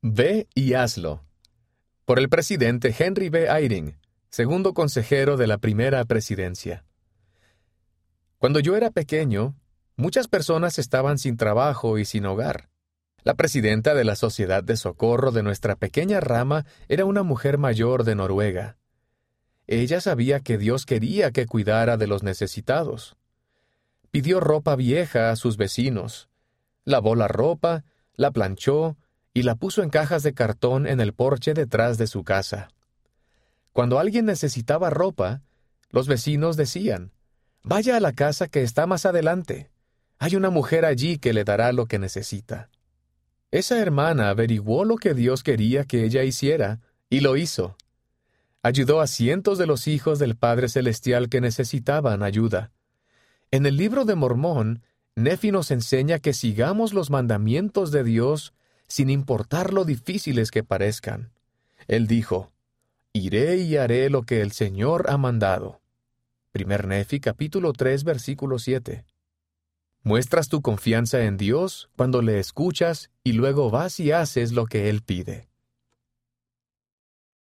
Ve y hazlo. Por el presidente Henry B. Eyring, segundo consejero de la primera presidencia. Cuando yo era pequeño, muchas personas estaban sin trabajo y sin hogar. La presidenta de la Sociedad de Socorro de nuestra pequeña rama era una mujer mayor de Noruega. Ella sabía que Dios quería que cuidara de los necesitados. Pidió ropa vieja a sus vecinos, lavó la ropa, la planchó y la puso en cajas de cartón en el porche detrás de su casa. Cuando alguien necesitaba ropa, los vecinos decían: «Vaya a la casa que está más adelante. Hay una mujer allí que le dará lo que necesita». Esa hermana averiguó lo que Dios quería que ella hiciera, y lo hizo. Ayudó a cientos de los hijos del Padre Celestial que necesitaban ayuda. En el libro de Mormón, Nefi nos enseña que sigamos los mandamientos de Dios sin importar lo difíciles que parezcan. Él dijo: «Iré y haré lo que el Señor ha mandado». 1 Nefi capítulo 3, versículo 7. Muestras tu confianza en Dios cuando le escuchas y luego vas y haces lo que Él pide.